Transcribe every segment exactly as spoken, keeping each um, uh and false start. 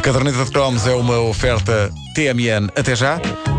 caderneta de cromos é uma oferta T M N. Até já.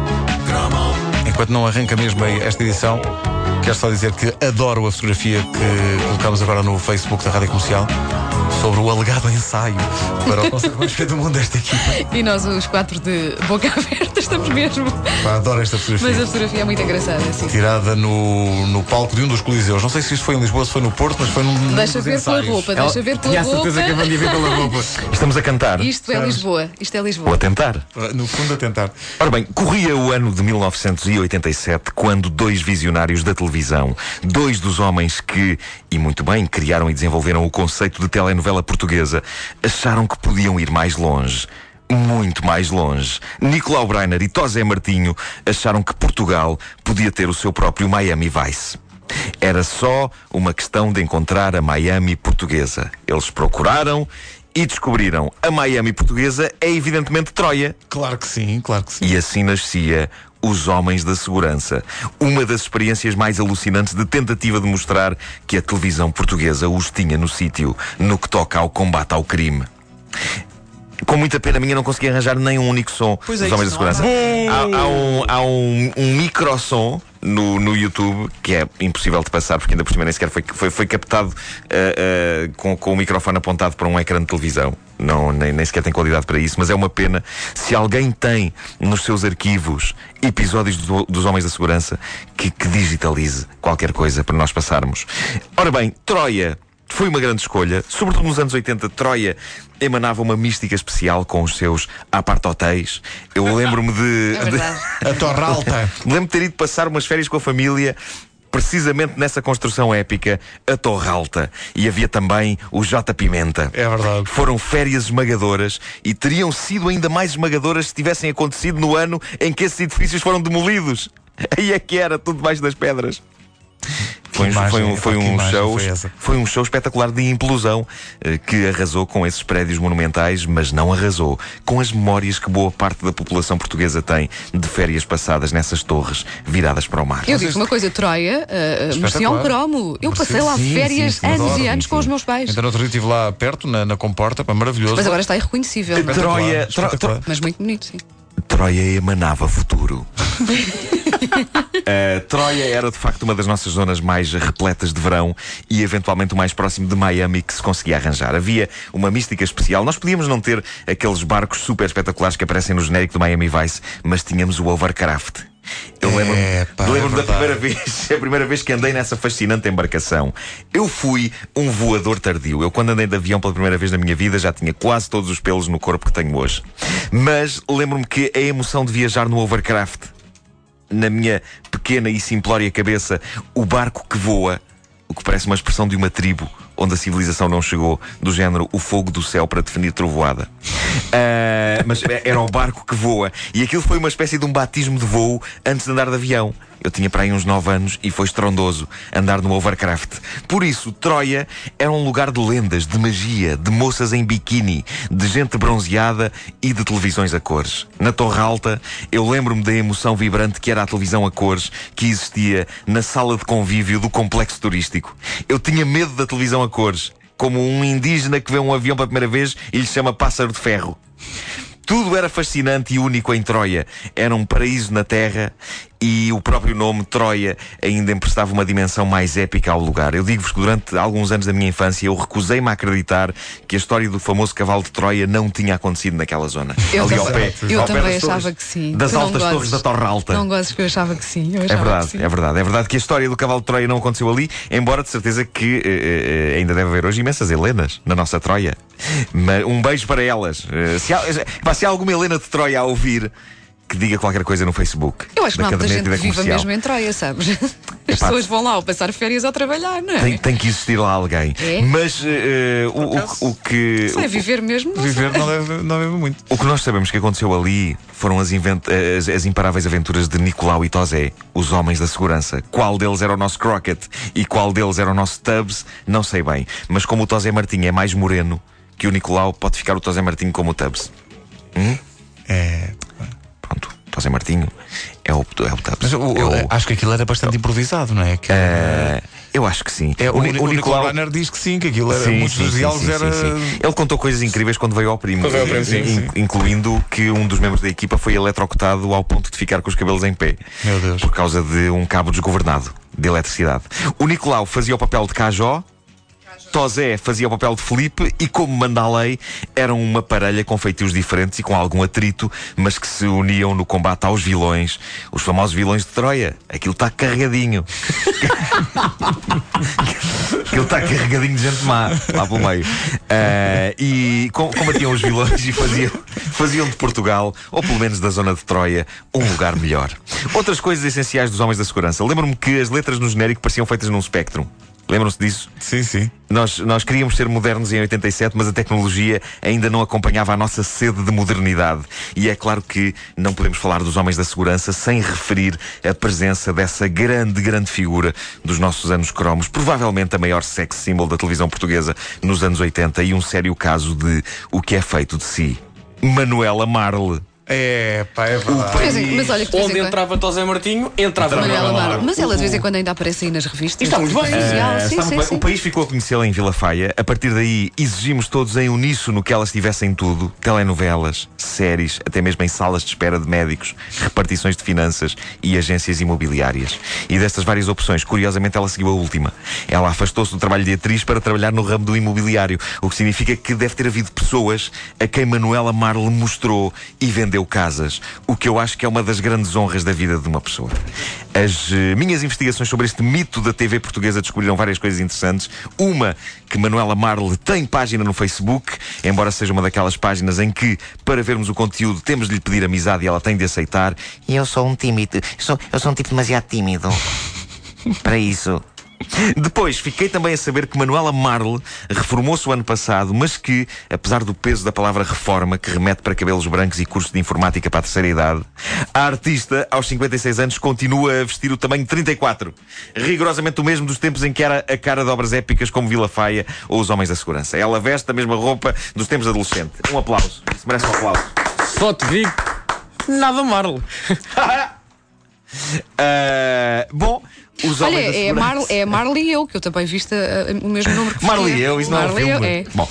Enquanto não arranca mesmo esta edição, quero só dizer que adoro a fotografia que colocamos agora no Facebook da Rádio Comercial sobre o alegado ensaio para o concerto mais feio do mundo desta equipa. E nós, os quatro de boca aberta, estamos mesmo. Pá, adoro esta fotografia. Mas a fotografia é muito engraçada, sim. Tirada no, no palco de um dos coliseus. Não sei se isto foi em Lisboa, se foi no Porto, mas foi num Deixa dos ver pela ensaios. roupa, deixa ver pela Tinha a roupa. certeza que a Wanda ia ver pela roupa. Estamos a cantar. Isto é Lisboa, isto é Vou a Lisboa. tentar. No fundo, a tentar. Ora bem, corria o ano de mil novecentos e oitenta e sete quando dois visionários da televisão, dois dos homens que, e muito bem, criaram e desenvolveram o conceito de telenovela portuguesa, acharam que podiam ir mais longe. Muito mais longe. Nicolau Breiner e Tosé Martinho acharam que Portugal podia ter o seu próprio Miami Vice. Era só uma questão de encontrar a Miami portuguesa. Eles procuraram e descobriram. A Miami portuguesa é evidentemente Troia. Claro que sim, claro que sim. E assim nascia Os Homens da Segurança. Uma das experiências mais alucinantes de tentativa de mostrar que a televisão portuguesa os tinha no sítio, no que toca ao combate ao crime. Com muita pena minha não consegui arranjar nem um único som Pois dos é, Homens da isso não há Segurança. Há, há um, há um, um microsom no, no YouTube que é impossível de passar, porque ainda por cima nem sequer foi, foi, foi captado uh, uh, com, com o microfone apontado para um ecrã de televisão. Não, nem, nem sequer tem qualidade para isso, mas é uma pena. Se alguém tem nos seus arquivos episódios do, dos Homens da Segurança, que, que digitalize qualquer coisa para nós passarmos. Ora bem, Troia foi uma grande escolha. Sobretudo nos anos oitenta, Troia emanava uma mística especial com os seus apart-hotéis. Eu lembro-me de... É verdade. A Torre Alta. Me lembro de ter ido passar umas férias com a família precisamente nessa construção épica, a Torre Alta. E havia também o J. Pimenta. É verdade. Foram férias esmagadoras e teriam sido ainda mais esmagadoras se tivessem acontecido no ano em que esses edifícios foram demolidos. Aí é que era, tudo debaixo das pedras. Foi, imagem, foi um, foi que um imagem show, foi essa? foi um show espetacular de implosão eh, que arrasou com esses prédios monumentais, mas não arrasou com as memórias que boa parte da população portuguesa tem de férias passadas nessas torres viradas para o mar. Eu digo uma coisa, Troia uh, merecia um cromo. Eu passei lá Sim, férias sim, sim, anos adoro, e anos sim, com os sim. meus pais. Então, no outro dia estive lá perto, na, na Comporta, pá, maravilhoso. Mas agora está irreconhecível. não é? Troia, Tro- espetacular. Mas muito bonito, sim. Troia emanava futuro. Uh, Troia era de facto uma das nossas zonas mais repletas de verão e eventualmente o mais próximo de Miami que se conseguia arranjar. Havia uma mística especial. Nós podíamos não ter aqueles barcos super espetaculares que aparecem no genérico do Miami Vice, mas tínhamos o Overcraft. Eu lembro-me É, pá, lembro é da verdade. primeira vez, a primeira vez que andei nessa fascinante embarcação. Eu fui um voador tardio. Eu, quando andei de avião pela primeira vez na minha vida, já tinha quase todos os pelos no corpo que tenho hoje. Mas lembro-me que a emoção de viajar no Overcraft, na minha pequena e simplória cabeça, o barco que voa, o que parece uma expressão de uma tribo onde a civilização não chegou, do género o fogo do céu para definir trovoada. Uh, mas era o barco que voa. E aquilo foi uma espécie de um batismo de voo antes de andar de avião. Eu tinha para aí uns nove anos e foi estrondoso andar no Overcraft. Por isso, Troia era um lugar de lendas, de magia, de moças em biquíni, de gente bronzeada e de televisões a cores. Na Torre Alta, eu lembro-me da emoção vibrante que era a televisão a cores que existia na sala de convívio do complexo turístico. Eu tinha medo da televisão a cores, como um indígena que vê um avião pela primeira vez e lhe chama pássaro de ferro. Tudo era fascinante e único em Troia. Era um paraíso na terra e o próprio nome, Troia, ainda emprestava uma dimensão mais épica ao lugar. Eu digo-vos que durante alguns anos da minha infância eu recusei-me a acreditar que a história do famoso cavalo de Troia não tinha acontecido naquela zona. Eu Ali ao também, pé, eu ao pé também das achava torres- que sim. Das Tu não altas gozes. torres da Torre Alta. Não gozes que eu achava que sim. Eu É achava verdade, que sim. é verdade. É verdade que a história do cavalo de Troia não aconteceu ali, embora de certeza que eh, eh, ainda deve haver hoje imensas Helenas na nossa Troia. Mas um beijo para elas. Eh, se, há, pá, se há alguma Helena de Troia a ouvir, que diga qualquer coisa no Facebook. Eu acho que da não há muita gente Caderneta que viva Comercial. mesmo em Troia, sabes? As Epá, pessoas vão lá ao passar férias ou trabalhar, não é? Tem, tem que existir lá alguém. É? Mas eh, o, o, o que. Não é viver mesmo, não Viver sei. não deve, não deve muito. O que nós sabemos que aconteceu ali foram as, invent... as, as imparáveis aventuras de Nicolau e Tosé, os Homens da Segurança. Qual deles era o nosso Crockett e qual deles era o nosso Tubbs, não sei bem. Mas como o Tosé Martinho é mais moreno que o Nicolau, pode ficar o Tosé Martinho como o Tubbs. Hum? É. Pronto, Tosé Martinho é o, é o Tubbs. Mas o- é o, acho que aquilo era bastante improvisado, não é? Que, Eh, Eu acho que sim. É, o, o, o Nicolau Breiner diz que sim, que aquilo era. Sim, muitos sim, dos diálogos era. Sim, sim. Ele contou coisas incríveis quando veio ao primo, veio ao primo sim, in, sim. incluindo que um dos membros da equipa foi eletrocutado ao ponto de ficar com os cabelos em pé. Meu Deus. Por causa de um cabo desgovernado de eletricidade. O Nicolau fazia o papel de Cajó. Tosé fazia o papel de Felipe e, como manda a lei, eram uma parelha com feitios diferentes e com algum atrito, mas que se uniam no combate aos vilões, os famosos vilões de Troia. Aquilo está carregadinho. Aquilo está carregadinho de gente má, lá pelo meio. Uh, e combatiam os vilões e faziam, faziam de Portugal, ou pelo menos da zona de Troia, um lugar melhor. Outras coisas essenciais dos Homens da Segurança. Lembro-me que as letras no genérico pareciam feitas num Spectrum. Lembram-se disso? Sim, sim. Nós, nós queríamos ser modernos em oitenta e sete, mas a tecnologia ainda não acompanhava a nossa sede de modernidade. E é claro que não podemos falar dos Homens da Segurança sem referir a presença dessa grande, grande figura dos nossos anos cromos. Provavelmente a maior sex symbol da televisão portuguesa nos anos oitenta e um sério caso de o que é feito de si. Manuela Marle. É, pá, é verdade. Mas, mas olha que onde entrava Tosé Martinho, entrava Manuela Marle. Mas ela de vez em quando ainda aparece aí nas revistas. Está muito bem. Uh, sim, está sim, muito sim. bem. O país ficou a conhecê-la em Vila Faia. A partir daí, exigimos todos em uníssono que elas tivessem tudo: telenovelas, séries, até mesmo em salas de espera de médicos, repartições de finanças e agências imobiliárias. E destas várias opções, curiosamente, ela seguiu a última. Ela afastou-se do trabalho de atriz para trabalhar no ramo do imobiliário, o que significa que deve ter havido pessoas a quem Manuela Marle mostrou e vendeu casas. O que eu acho que é uma das grandes honras da vida de uma pessoa. As uh, minhas investigações sobre este mito da T V portuguesa descobriram várias coisas interessantes. Uma, que Manuela Marle tem página no Facebook, embora seja uma daquelas páginas em que, para vermos o conteúdo, temos de lhe pedir amizade e ela tem de aceitar. E eu sou um tímido. Eu sou, eu sou um tipo demasiado tímido para isso. Depois, fiquei também a saber que Manuela Marle reformou-se o ano passado, mas que, apesar do peso da palavra reforma, que remete para cabelos brancos e curso de informática para a terceira idade, a artista, aos cinquenta e seis anos, continua a vestir o tamanho trinta e quatro. Rigorosamente o mesmo dos tempos em que era a cara de obras épicas como Vila Faia ou Os Homens da Segurança. Ela veste a mesma roupa dos tempos adolescente. Um aplauso. Isso merece um aplauso. Só te digo, nada Marle. uh, bom... Os Olha, é a, Mar, é a Marle e eu, que eu também viste uh, o mesmo número que Marle e eu, isso não é um filme. É. Bom, uh...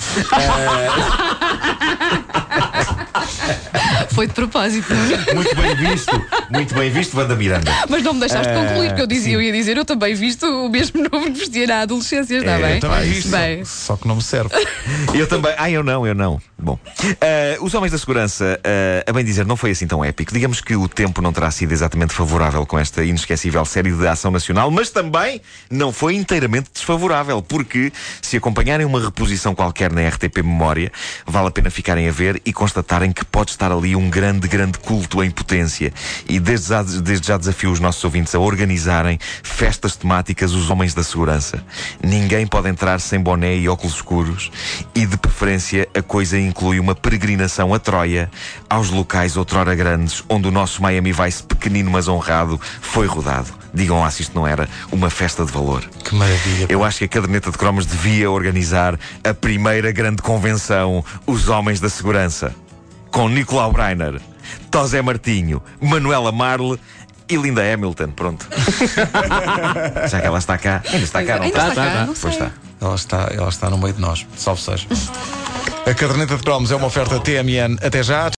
foi de propósito, não é? Muito bem visto, muito bem visto, Wanda Miranda. Mas não me deixaste uh, concluir, porque eu dizia, sim. eu ia dizer, eu também visto o mesmo número que vestia na adolescência, está é, bem? Eu também visto, bem. Só, só que não me serve. Eu também. Ah, eu não, eu não. Bom, uh, Os Homens da Segurança, uh, a bem dizer, não foi assim tão épico. Digamos que o tempo não terá sido exatamente favorável com esta inesquecível série de ação nacional, mas também não foi inteiramente desfavorável, porque se acompanharem uma reposição qualquer na R T P Memória, vale a pena ficarem a ver e constatarem que pode estar ali um grande, grande culto em potência. E desde já, desde já desafio os nossos ouvintes a organizarem festas temáticas Os Homens da Segurança. Ninguém pode entrar sem boné e óculos escuros e, de preferência, a coisa inclui uma peregrinação a Troia, aos locais outrora grandes, onde o nosso Miami Vice pequenino mas honrado foi rodado. Digam lá se isto não era uma festa de valor. Que maravilha. Eu acho que a caderneta de cromos devia organizar a primeira grande convenção Os Homens da Segurança. Com Nicolau Breiner, Tosé Martinho, Manuela Marle e Linda Hamilton. Pronto. Já que ela está cá. Ainda está cá, não Ainda está? está cá, não Pois sei. está. Ela está, ela está no meio de nós. Salve seja. A caderneta de cromos é uma oferta T M N. Até já.